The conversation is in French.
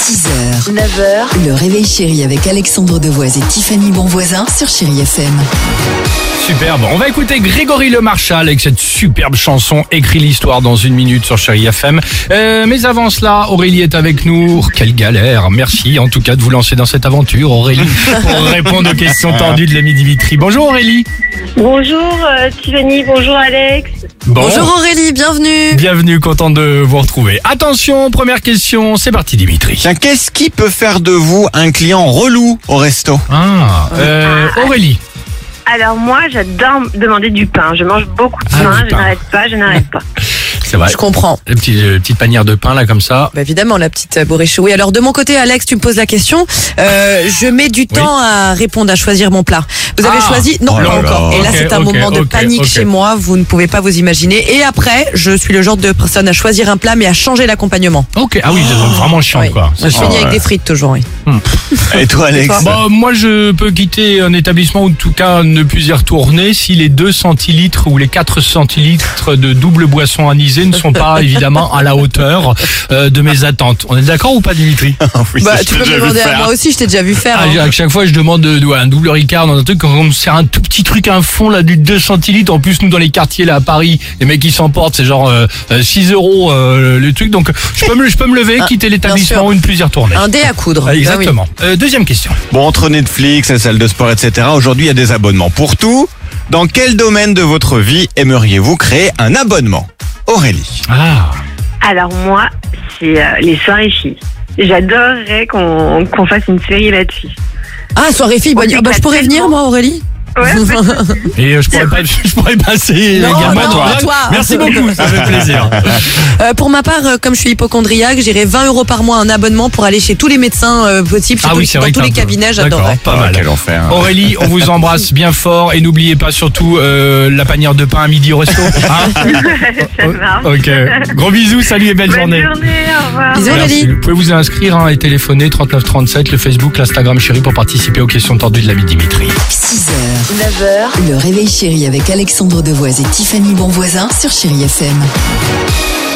6h, 9h, le réveil chéri avec Alexandre Devoise et Tiffany Bonvoisin sur Chéri FM. Superbe. On va écouter Grégory Le Marchal avec cette superbe chanson Écrit l'histoire dans une minute sur Chéri FM. Mais avant cela, Aurélie est avec nous. Quelle galère. Merci en tout cas de vous lancer dans cette aventure, Aurélie, pour répondre aux questions tendues de l'ami Dimitri. Bonjour Aurélie. Bonjour Tiffany, bonjour Alex. Bonjour Aurélie, bienvenue. Bienvenue, content de vous retrouver. Attention, première question, c'est parti Dimitri. Tiens, qu'est-ce qui peut faire de vous un client relou au resto? Aurélie. Alors moi j'adore demander du pain, je mange beaucoup de pain, du pain. je n'arrête pas. C'est vrai. Je comprends. La petite panière de pain là comme ça. Bah, évidemment, la petite bourriche. Oui, alors de mon côté, Alex, tu me poses la question. Je mets du temps à répondre, à choisir mon plat. Vous avez choisi? Non, Oh là pas encore. là. Et là, c'est un moment de ok, panique ok. chez moi. Vous ne pouvez pas vous imaginer. Et après, je suis le genre de personne à choisir un plat, mais à changer l'accompagnement. Ok, ah oui, c'est vraiment chiant Oui. quoi. Moi, je finis avec des frites toujours. Oui. Et toi, Alex? Toi Moi, je peux quitter un établissement ou en tout cas ne plus y retourner si les 2 centilitres ou les 4 centilitres de double boisson anisée ne sont pas évidemment à la hauteur de mes attentes. On est d'accord ou pas, Dimitri? Oui, Bah, ça, tu je peux t'ai me déjà vu demander à faire. moi aussi, je t'ai déjà vu faire. hein. À chaque fois, je demande un double Ricard dans un truc, quand on me sert un tout petit truc, un fond là du 2 centilitres. En plus, nous dans les quartiers là à Paris, les mecs qui s'emportent, c'est genre 6 euros le truc. Donc, je peux me lever, quitter l'établissement sûr. ou ne plus y retourner. Un dé à coudre. Ah, Ah oui. exactement. Deuxième question. Bon, entre Netflix, la salle de sport, etc., aujourd'hui, il y a des abonnements pour tout. Dans quel domaine de votre vie aimeriez-vous créer un abonnement? Aurélie. Ah. Alors moi c'est les soirées filles. J'adorerais qu'on fasse une série là-dessus. Ah, soirée fille. On Bah, s'éclate je pourrais venir, tellement. moi, Aurélie? Ouais, Et je pourrais passer Non, les gamins. non, toi. toi. Merci beaucoup, ça fait plaisir. Pour ma part, comme je suis hypochondriaque, j'irai 20 € par mois un abonnement pour aller chez tous les médecins possibles, Ah oui, c'est vrai dans que tous les t'as un peu- cabinets, D'accord, j'adorerais. pas mal. Quel enfer. Aurélie, on vous embrasse bien fort et n'oubliez pas surtout la panière de pain à midi au resto. Hein ça marche. Ok. Gros bisous, salut et belle Bonne journée. journée, au revoir. Bisous Merci. Aurélie. Vous pouvez vous inscrire et téléphoner 3937, le Facebook, l'Instagram Chéri pour participer aux questions tendues de l'ami Dimitri. 6h, 9h, le réveil chéri avec Alexandre Devoise et Tiffany Bonvoisin sur Chéri FM.